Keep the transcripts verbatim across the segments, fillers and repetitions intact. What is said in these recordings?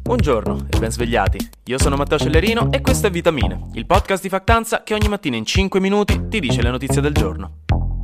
Buongiorno e ben svegliati. Io sono Matteo Cellerino e questo è Vitamine, il podcast di Factanza che ogni mattina in cinque minuti ti dice le notizie del giorno.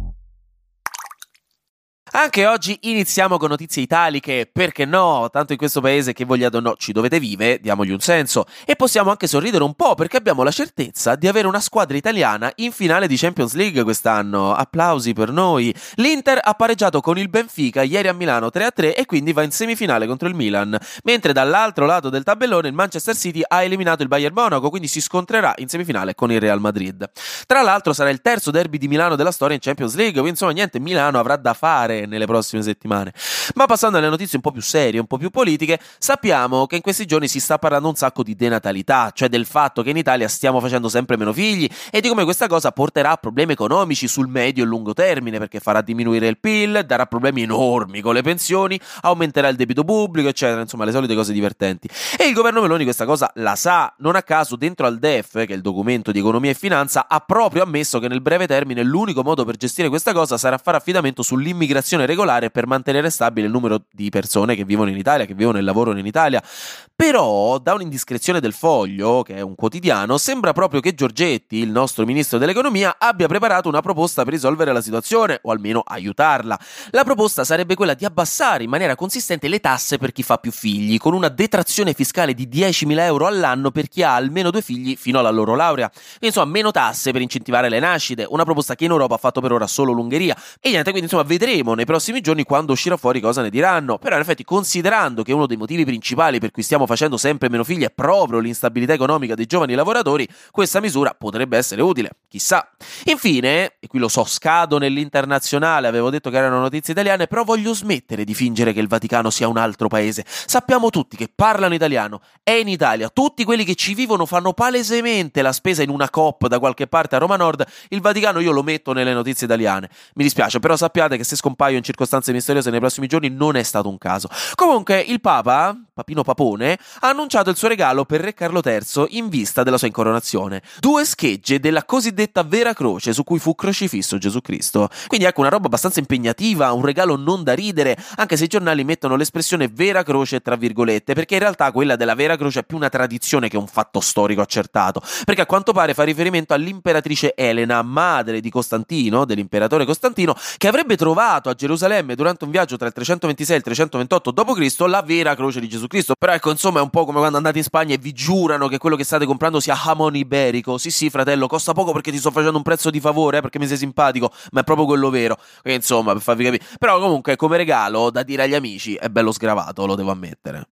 Anche oggi iniziamo con notizie italiche, perché no? Tanto in questo paese che vogliate o no ci dovete vivere, diamogli un senso. E possiamo anche sorridere un po' perché abbiamo la certezza di avere una squadra italiana in finale di Champions League quest'anno. Applausi per noi. L'Inter ha pareggiato con il Benfica ieri a Milano tre a tre e quindi va in semifinale contro il Milan. Mentre dall'altro lato del tabellone il Manchester City ha eliminato il Bayern Monaco, quindi si scontrerà in semifinale con il Real Madrid. Tra l'altro sarà il terzo derby di Milano della storia in Champions League, quindi insomma niente, Milano avrà da fare nelle prossime settimane. Ma passando alle notizie un po' più serie, un po' più politiche, sappiamo che in questi giorni si sta parlando un sacco di denatalità, cioè del fatto che in Italia stiamo facendo sempre meno figli e di come questa cosa porterà a problemi economici sul medio e lungo termine, perché farà diminuire il P I L, darà problemi enormi con le pensioni, aumenterà il debito pubblico, eccetera, insomma le solite cose divertenti. E il governo Meloni questa cosa la sa, non a caso dentro al D E F, che è il documento di economia e finanza, ha proprio ammesso che nel breve termine l'unico modo per gestire questa cosa sarà fare affidamento sull'immigrazione regolare per mantenere stabile il numero di persone che vivono in Italia, che vivono e lavorano in Italia. Però, da un'indiscrezione del Foglio, che è un quotidiano, sembra proprio che Giorgetti, il nostro ministro dell'economia, abbia preparato una proposta per risolvere la situazione, o almeno aiutarla. La proposta sarebbe quella di abbassare in maniera consistente le tasse per chi fa più figli, con una detrazione fiscale di diecimila euro all'anno per chi ha almeno due figli fino alla loro laurea. Insomma, meno tasse per incentivare le nascite, una proposta che in Europa ha fatto per ora solo l'Ungheria. E niente, quindi insomma vedremo nei prossimi giorni quando uscirà fuori cosa ne diranno. Però in effetti, considerando che uno dei motivi principali per cui stiamo facendo sempre meno figli è proprio l'instabilità economica dei giovani lavoratori, questa misura potrebbe essere utile, chissà. Infine, e qui lo so, scado nell'internazionale, avevo detto che erano notizie italiane, però voglio smettere di fingere che il Vaticano sia un altro paese. Sappiamo tutti che parlano italiano, è in Italia, tutti quelli che ci vivono fanno palesemente la spesa in una coop da qualche parte a Roma Nord. Il Vaticano io lo metto nelle notizie italiane, mi dispiace, però sappiate che se scompaio in circostanze misteriose nei prossimi giorni non è stato un caso. Comunque il Papa, Papino Papone, ha annunciato il suo regalo per Re Carlo terzo in vista della sua incoronazione: due schegge della cosiddetta Vera Croce su cui fu crocifisso Gesù Cristo. Quindi ecco, una roba abbastanza impegnativa, un regalo non da ridere, anche se i giornali mettono l'espressione Vera Croce tra virgolette, perché in realtà quella della Vera Croce è più una tradizione che un fatto storico accertato, perché a quanto pare fa riferimento all'imperatrice Elena, madre di Costantino, dell'imperatore Costantino, che avrebbe trovato a Gerusalemme durante un viaggio tra il trecentoventisei e il trecentoventotto dopo Cristo la Vera Croce di Gesù Cristo. Però ecco, insomma, è un po' come quando andate in Spagna e vi giurano che quello che state comprando sia jamon iberico. Sì sì fratello, costa poco perché ti sto facendo un prezzo di favore, eh, perché mi sei simpatico, ma è proprio quello vero. E insomma, per farvi capire. Però comunque come regalo da dire agli amici è bello sgravato, lo devo ammettere.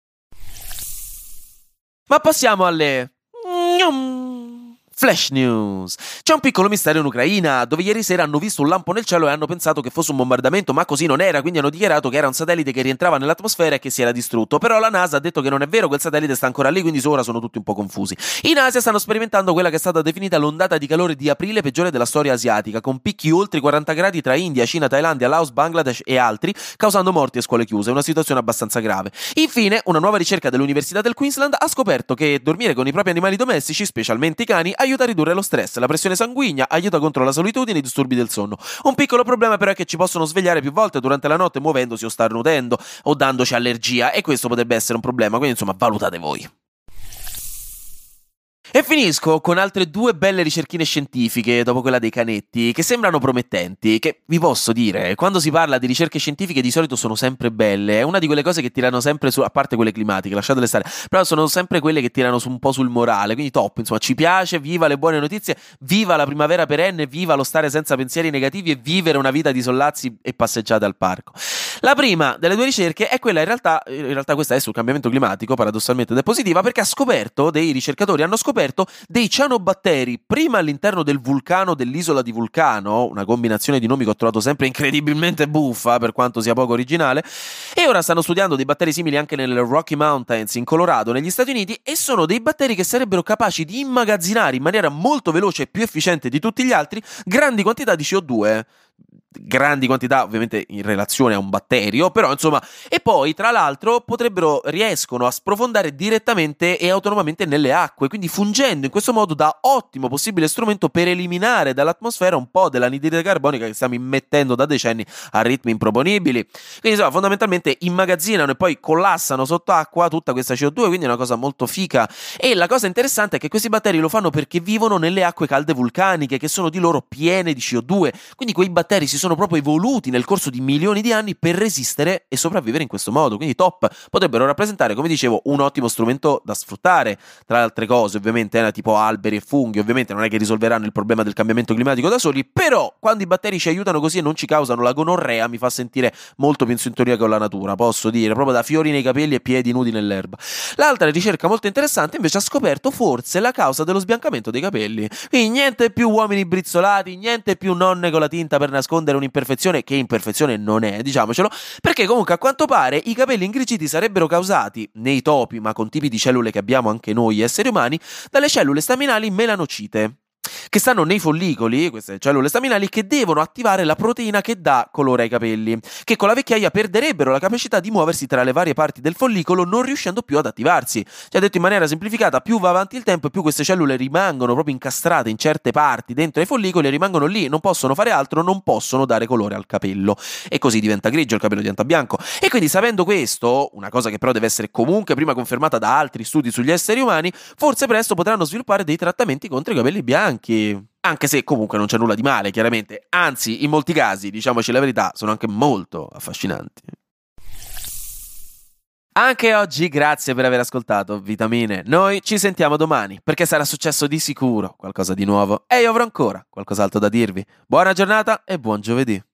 Ma passiamo alle Flash News. C'è un piccolo mistero in Ucraina, dove ieri sera hanno visto un lampo nel cielo e hanno pensato che fosse un bombardamento, ma così non era, quindi hanno dichiarato che era un satellite che rientrava nell'atmosfera e che si era distrutto. Però la NASA ha detto che non è vero, quel satellite sta ancora lì, quindi su ora sono tutti un po' confusi. In Asia stanno sperimentando quella che è stata definita l'ondata di calore di aprile peggiore della storia asiatica, con picchi oltre i quaranta gradi tra India, Cina, Thailandia, Laos, Bangladesh e altri, causando morti e scuole chiuse, una situazione abbastanza grave. Infine, una nuova ricerca dell'Università del Queensland ha scoperto che dormire con i propri animali domestici, specialmente i cani, aiuta a ridurre lo stress, la pressione sanguigna, aiuta contro la solitudine e i disturbi del sonno. Un piccolo problema però è che ci possono svegliare più volte durante la notte muovendosi o starnutendo o dandoci allergia, e questo potrebbe essere un problema, quindi insomma valutate voi. E finisco con altre due belle ricerchine scientifiche dopo quella dei canetti, che sembrano promettenti, che vi posso dire, quando si parla di ricerche scientifiche di solito sono sempre belle, è una di quelle cose che tirano sempre su, a parte quelle climatiche, lasciatele stare, però sono sempre quelle che tirano su un po' sul morale, quindi top, insomma ci piace, viva le buone notizie, viva la primavera perenne, viva lo stare senza pensieri negativi e vivere una vita di sollazzi e passeggiate al parco. La prima delle due ricerche è quella in realtà, in realtà questa è sul cambiamento climatico, paradossalmente ed è positiva, perché ha scoperto, dei ricercatori hanno scoperto dei cianobatteri prima all'interno del vulcano dell'isola di Vulcano, una combinazione di nomi che ho trovato sempre incredibilmente buffa per quanto sia poco originale, e ora stanno studiando dei batteri simili anche nelle Rocky Mountains in Colorado negli Stati Uniti, e sono dei batteri che sarebbero capaci di immagazzinare in maniera molto veloce e più efficiente di tutti gli altri grandi quantità di C O due. grandi quantità, ovviamente in relazione a un batterio, però insomma, e poi tra l'altro potrebbero, riescono a sprofondare direttamente e autonomamente nelle acque, quindi fungendo in questo modo da ottimo possibile strumento per eliminare dall'atmosfera un po' dell'anidride carbonica che stiamo immettendo da decenni a ritmi improponibili. Quindi insomma, fondamentalmente immagazzinano e poi collassano sott'acqua tutta questa C O due, quindi è una cosa molto fica. E la cosa interessante è che questi batteri lo fanno perché vivono nelle acque calde vulcaniche, che sono di loro piene di C O due, quindi quei batteri si sono proprio evoluti nel corso di milioni di anni per resistere e sopravvivere in questo modo, quindi top, potrebbero rappresentare, come dicevo, un ottimo strumento da sfruttare, tra le altre cose ovviamente, eh, tipo alberi e funghi, ovviamente non è che risolveranno il problema del cambiamento climatico da soli, però quando i batteri ci aiutano così e non ci causano la gonorrea mi fa sentire molto più in sintonia con la natura, posso dire, proprio da fiori nei capelli e piedi nudi nell'erba. L'altra ricerca molto interessante invece ha scoperto forse la causa dello sbiancamento dei capelli, quindi niente più uomini brizzolati, niente più nonne con la tinta per nascondere un'imperfezione che imperfezione non è, diciamocelo, perché comunque a quanto pare i capelli ingrigiti sarebbero causati nei topi, ma con tipi di cellule che abbiamo anche noi esseri umani, dalle cellule staminali melanocite, che stanno nei follicoli, queste cellule staminali, che devono attivare la proteina che dà colore ai capelli, che con la vecchiaia perderebbero la capacità di muoversi tra le varie parti del follicolo, non riuscendo più ad attivarsi. Cioè, detto in maniera semplificata, più va avanti il tempo e più queste cellule rimangono proprio incastrate in certe parti dentro ai follicoli e rimangono lì, non possono fare altro, non possono dare colore al capello, e così diventa grigio, il capello diventa bianco. E quindi, sapendo questo, una cosa che però deve essere comunque prima confermata da altri studi sugli esseri umani, forse presto potranno sviluppare dei trattamenti contro i capelli bianchi. Anche se comunque non c'è nulla di male, chiaramente. Anzi, in molti casi, diciamoci la verità, sono anche molto affascinanti. Anche oggi grazie per aver ascoltato Vitamine. Noi ci sentiamo domani, perché sarà successo di sicuro qualcosa di nuovo e io avrò ancora qualcos'altro da dirvi. Buona giornata e buon giovedì.